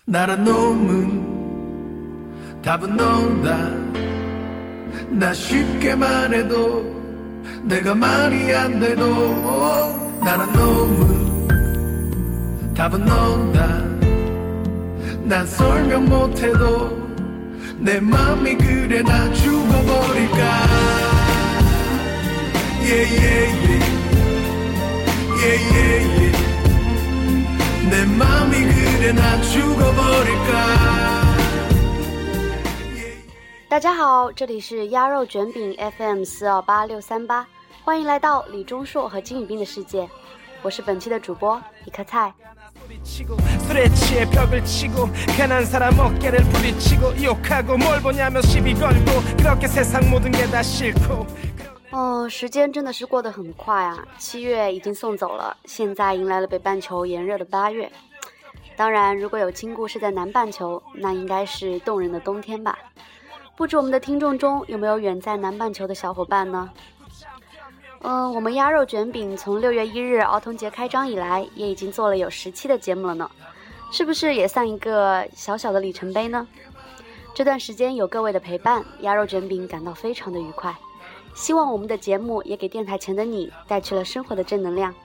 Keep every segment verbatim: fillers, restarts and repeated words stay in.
나란 놈은 답은 너다 나 쉽게 말해도 내가 말이 안 돼도 나란 놈은 답은 너다 난 설명 못해도 내 맘이 그래 나 죽어버릴까 yeah, yeah, yeah. Yeah, yeah, yeah. 내 맘이 그래 나 죽어버릴까 大家好，这里是鸭肉卷饼 F M 四二八六三八，欢迎来到李钟硕和金宇彬的世界，我是本期的主播一颗菜。哦，时间真的是过得很快啊！七月已经送走了，现在迎来了北半球炎热的八月。当然，如果有亲故是在南半球，那应该是动人的冬天吧。不知我们的听众中有没有远在南半球的小伙伴呢？嗯，我们鸭肉卷饼从六月一日儿童节开张以来，也已经做了有十期的节目了呢，是不是也算一个小小的里程碑呢？这段时间有各位的陪伴，鸭肉卷饼感到非常的愉快。希望我们的节目也给电台前的你带去了生活的正能量。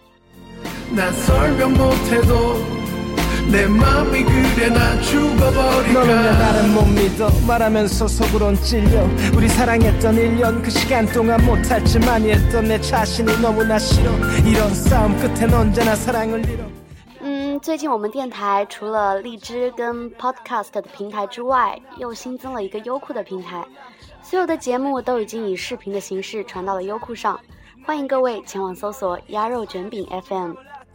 嗯，最近我们电台除了荔枝跟 podcast 的平台之外，又新增了一个优酷的平台。所有的节目都已经以视频的形式传到了优酷上，欢迎各位前往搜索鸭肉卷饼 F M。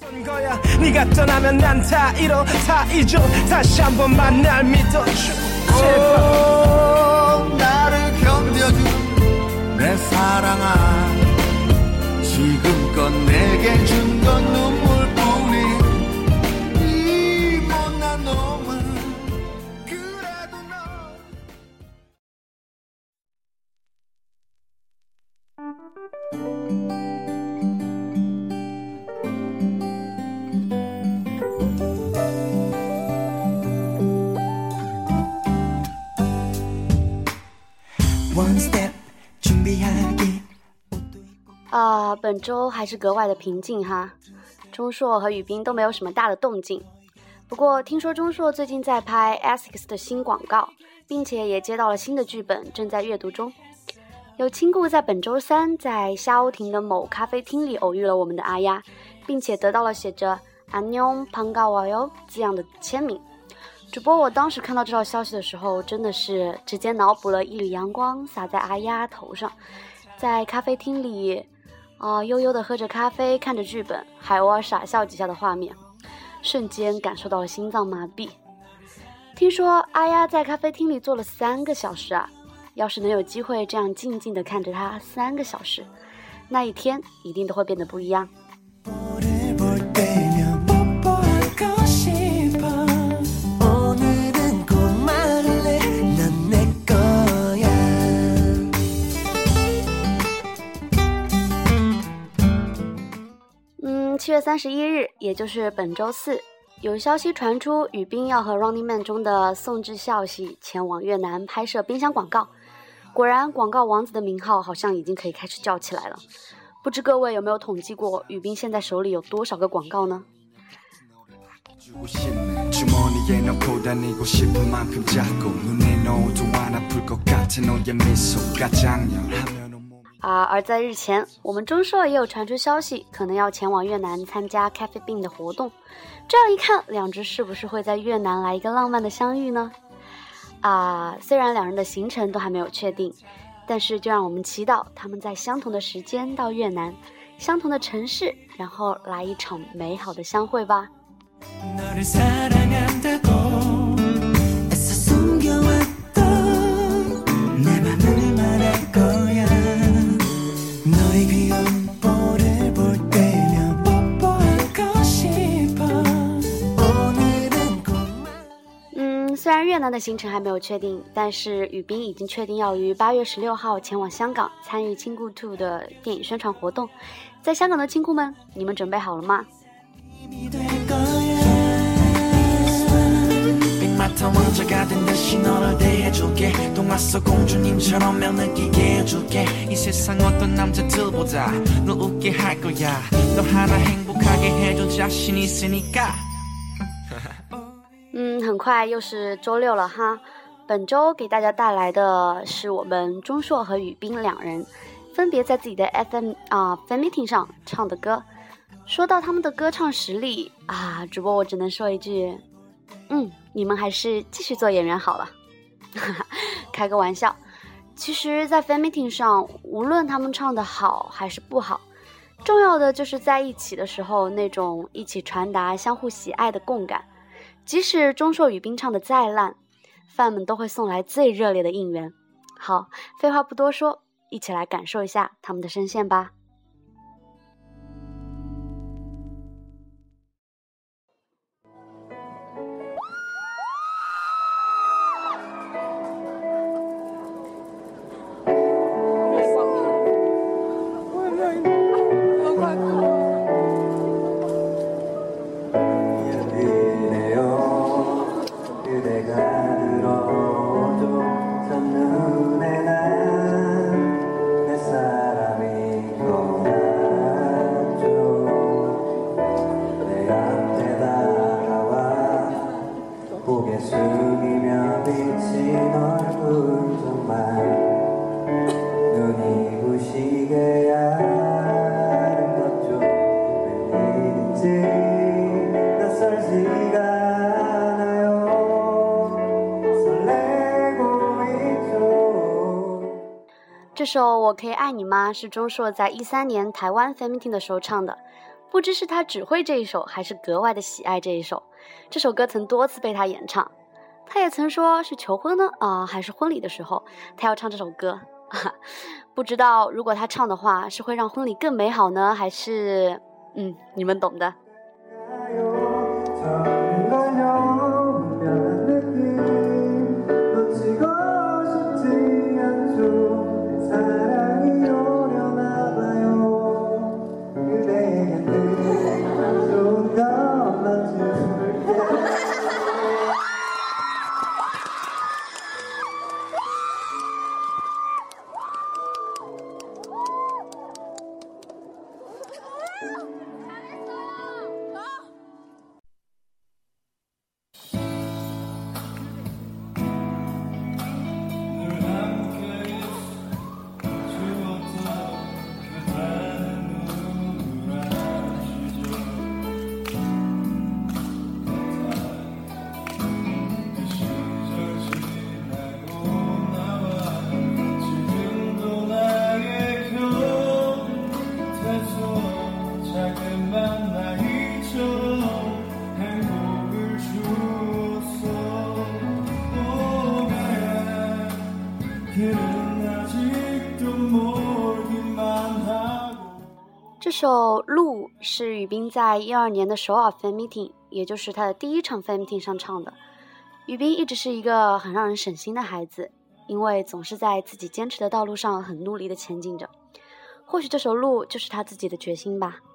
啊，本周还是格外的平静哈，钟硕和宇彬都没有什么大的动静。不过听说钟硕最近在拍 Essex 的新广告，并且也接到了新的剧本，正在阅读中。有亲故在本周三在夏欧亭的某咖啡厅里偶遇了我们的阿丫，并且得到了写着안녕 반가워요字样的签名。主播我当时看到这条消息的时候，真的是直接脑补了一缕阳光洒在阿丫头上，在咖啡厅里啊、呃，悠悠地喝着咖啡，看着剧本，还偶尔傻笑几下的画面，瞬间感受到了心脏麻痹。听说阿丫在咖啡厅里坐了三个小时啊，要是能有机会这样静静地看着她三个小时，那一天一定都会变得不一样。七月三十一日，也就是本周四，有消息传出宇彬要和 Running Man 中的宋智孝系前往越南拍摄冰箱广告。果然，广告王子的名号好像已经可以开始叫起来了。不知各位有没有统计过，宇彬现在手里有多少个广告呢？啊，而在日前，我们钟硕也有传出消息，可能要前往越南参加 Cafe Bean 的活动。这样一看，两只是不是会在越南来一个浪漫的相遇呢？啊，虽然两人的行程都还没有确定，但是就让我们祈祷他们在相同的时间到越南，相同的城市，然后来一场美好的相会吧。虽然越南的行程还没有确定，但是宇彬已经确定要于八月十六号前往香港参与亲故兔的电影宣传活动。在香港的亲故们，你们准备好了吗？ 앞에서 왕자가 된 듯이 너를 대해줄게 동화 속 공주님처럼 며 느끼게 해줄게 이 세상 어떤 남자들보다 널 웃게 할 거야 너 하나 행복하게 해줄 자신 있으니까 嗯，很快又是周六了哈。本周给大家带来的是我们钟硕和宇彬两人分别在自己的 F M 啊 fan meeting 上唱的歌。说到他们的歌唱实力啊，主播我只能说一句，嗯，你们还是继续做演员好了。开个玩笑，其实，在 fan meeting 上，无论他们唱的好还是不好，重要的就是在一起的时候那种一起传达相互喜爱的共感。即使钟硕宇彬唱的再烂，饭们都会送来最热烈的应援。好，废话不多说，一起来感受一下他们的声线吧。这首我可以爱你吗是钟硕在一三年台湾 fan meeting 的时候唱的，不知是他只会这一首还是格外的喜爱这一首。这首歌曾多次被他演唱，他也曾说是求婚呢啊、呃、还是婚礼的时候他要唱这首歌。不知道如果他唱的话是会让婚礼更美好呢，还是嗯你们懂的。这首《路》是宇彬在一二年的首尔 fan meeting， 也就是他的第一场 fan meeting 上唱的。宇彬一直是一个很让人省心的孩子，因为总是在自己坚持的道路上很努力的前进着。或许这首《路》就是他自己的决心吧。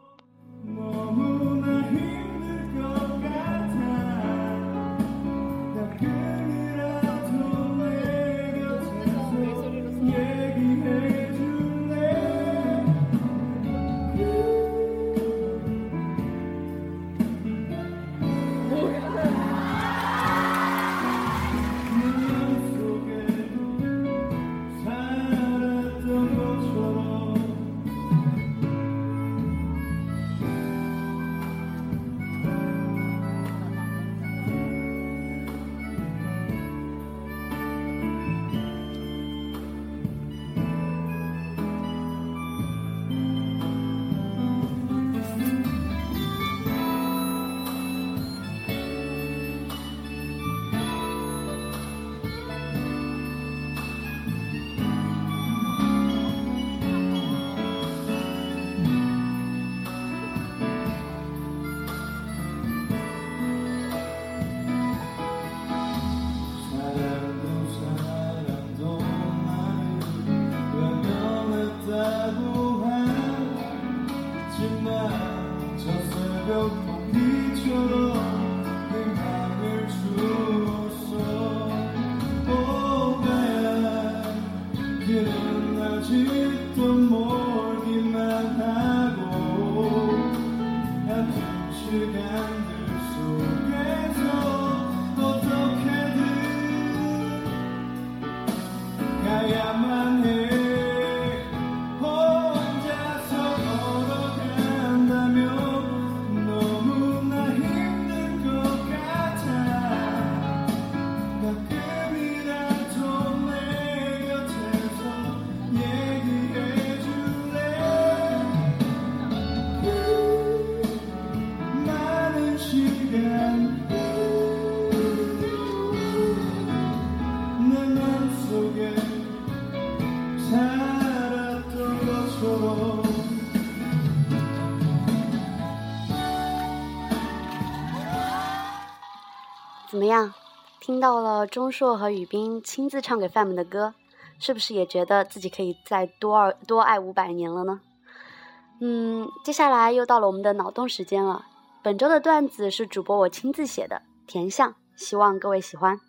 样？听到了钟硕和宇彬亲自唱给范们的歌，是不是也觉得自己可以再多二多爱五百年了呢？嗯，接下来又到了我们的脑洞时间了。本周的段子是主播我親自寫的，甜相，希望各位喜歡。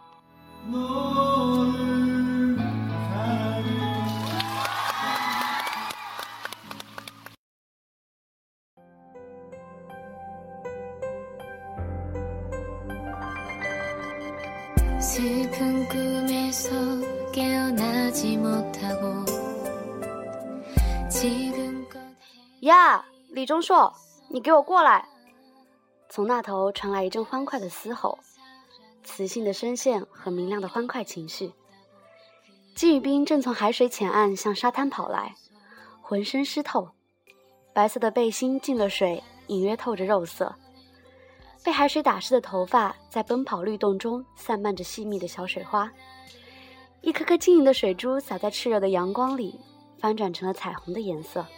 呀，李钟硕，你给我过来！从那头传来一阵欢快的嘶吼，磁性的声线和明亮的欢快情绪。金宇彬正从海水浅岸向沙滩跑来，浑身湿透，白色的背心进了水，隐约透着肉色。被海水打湿的头发在奔跑律动中散漫着细密的小水花，一颗颗晶莹的水珠洒在炽热的阳光里，翻转成了彩虹的颜色。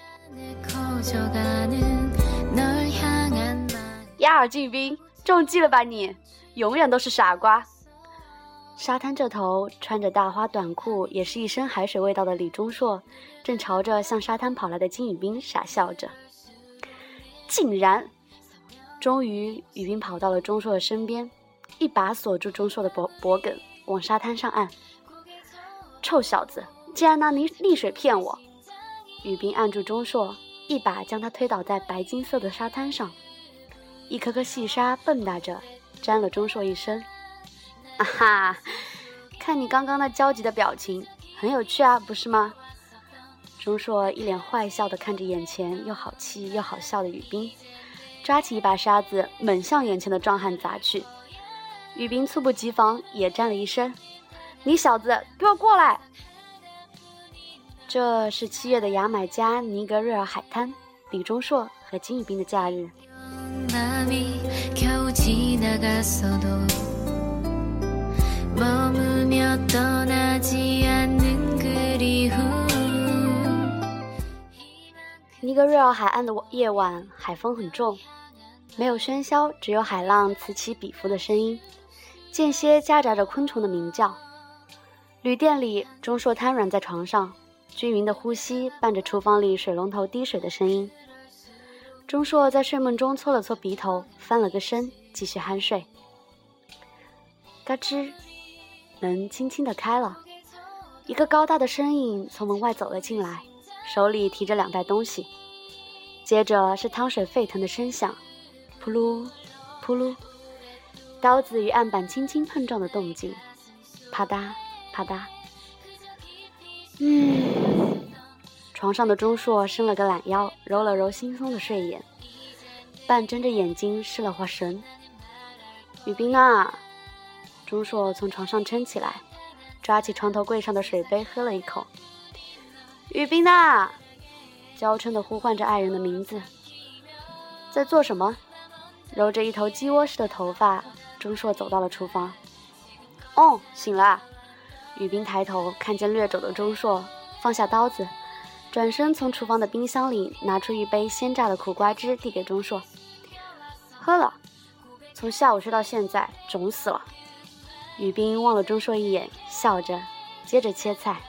呀尔金宇彬，中计了吧你，永远都是傻瓜。沙滩这头穿着大花短裤，也是一身海水味道的李钟硕，正朝着向沙滩跑来的金宇彬傻笑着。竟然！终于，宇彬跑到了钟硕的身边，一把锁住钟硕的脖脖梗，往沙滩上按。臭小子，竟然拿溺溺水骗我！宇彬按住钟硕，一把将他推倒在白金色的沙滩上，一颗颗细沙蹦跶着，沾了钟硕一身。啊哈，看你刚刚那焦急的表情，很有趣啊，不是吗？钟硕一脸坏笑地看着眼前又好气又好笑的宇彬，抓起一把沙子猛向眼前的壮汉砸去。宇彬猝不及防也沾了一身。你小子给我过来！这是七月的牙买加尼格瑞尔海滩，李钟硕和金宇彬的假日。尼格瑞尔海岸的夜晚，海风很重，没有喧嚣，只有海浪此起彼伏的声音，间歇夹杂着昆虫的鸣叫。旅店里，钟硕瘫软在床上，均匀的呼吸伴着厨房里水龙头滴水的声音。钟硕在睡梦中搓了搓鼻头，翻了个身，继续酣睡。嘎吱，门轻轻地开了，一个高大的身影从门外走了进来，手里提着两袋东西。接着是汤水沸腾的声响，扑噜扑噜，刀子与案板轻轻碰撞的动静，啪嗒啪嗒。嗯，床上的钟硕伸了个懒腰，揉了揉惺忪的睡眼，半睁着眼睛失了会神。宇彬啊！钟硕从床上撑起来，抓起床头柜上的水杯喝了一口。宇彬啊！娇嗔地呼唤着爱人的名字。在做什么？揉着一头鸡窝似的头发，钟硕走到了厨房。哦，醒了。宇彬抬头看见略走的钟硕，放下刀子，转身从厨房的冰箱里拿出一杯鲜榨的苦瓜汁递给钟硕。喝了，从下午睡到现在，肿死了。宇彬望了钟硕一眼，笑着接着切菜。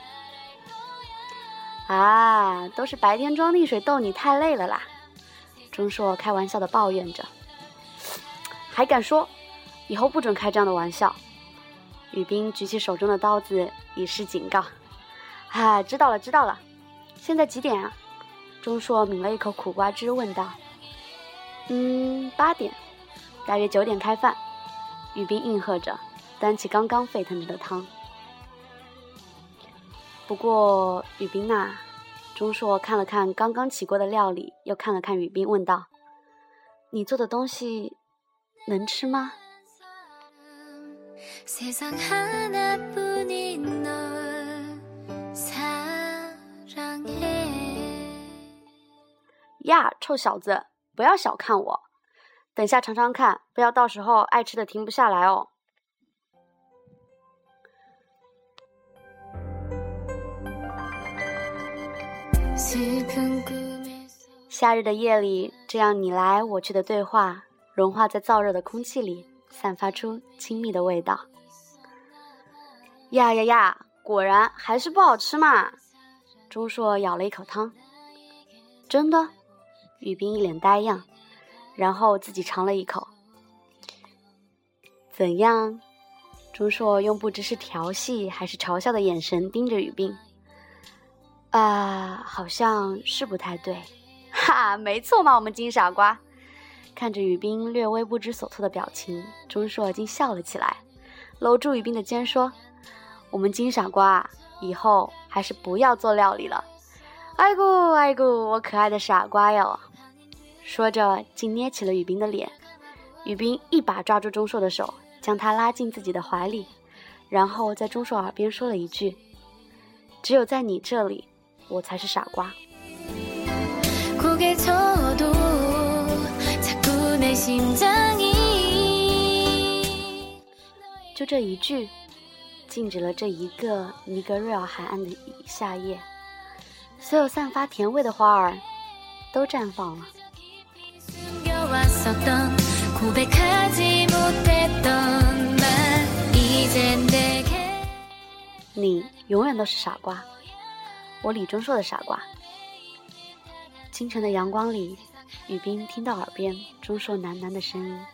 啊，都是白天装溺水逗你太累了啦。钟硕开玩笑地抱怨着。还敢说，以后不准开这样的玩笑。宇彬举起手中的刀子以示警告。啊，知道了知道了。现在几点啊？钟硕抿了一口苦瓜汁问道。嗯，八点，大约九点开饭。宇彬应和着，端起刚刚沸腾着的汤。不过宇彬呐，钟硕看了看刚刚起锅的料理，又看了看宇彬，问道：你做的东西能吃吗？呀，臭小子，不要小看我，等下尝尝看，不要到时候爱吃的停不下来哦。夏日的夜里，这样你来我去的对话融化在燥热的空气里， 散发出亲密的味道。呀呀呀，果然还是不好吃嘛。钟硕舀了一口汤。真的？雨冰一脸呆样，然后自己尝了一口。怎样？钟硕用不知是调戏还是嘲笑的眼神盯着雨冰。啊，好像是不太对。哈，没错嘛，我们金傻瓜。看着雨冰略微不知所措的表情，钟硕竟笑了起来，搂住雨冰的肩说：我们金傻瓜以后还是不要做料理了。哎咕哎咕，我可爱的傻瓜哟。说着竟捏起了雨冰的脸。雨冰一把抓住钟硕的手，将他拉进自己的怀里，然后在钟硕耳边说了一句：只有在你这里我才是傻瓜。就这一句，静止了这一个尼格瑞尔海岸的夏夜，所有散发甜味的花儿都绽放了。你永远都是傻瓜，我李钟硕的傻瓜。清晨的阳光里，雨冰听到耳边钟硕喃喃的声音。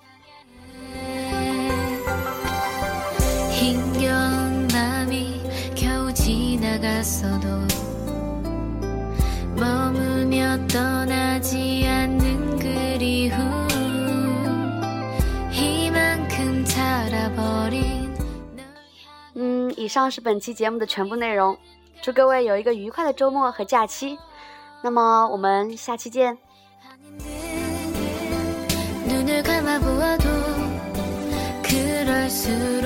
嗯，以上是本期节目的全部内容，祝各位有一个愉快的周末和假期。那么我们下期见。 눈을 감아보아도 그럴 수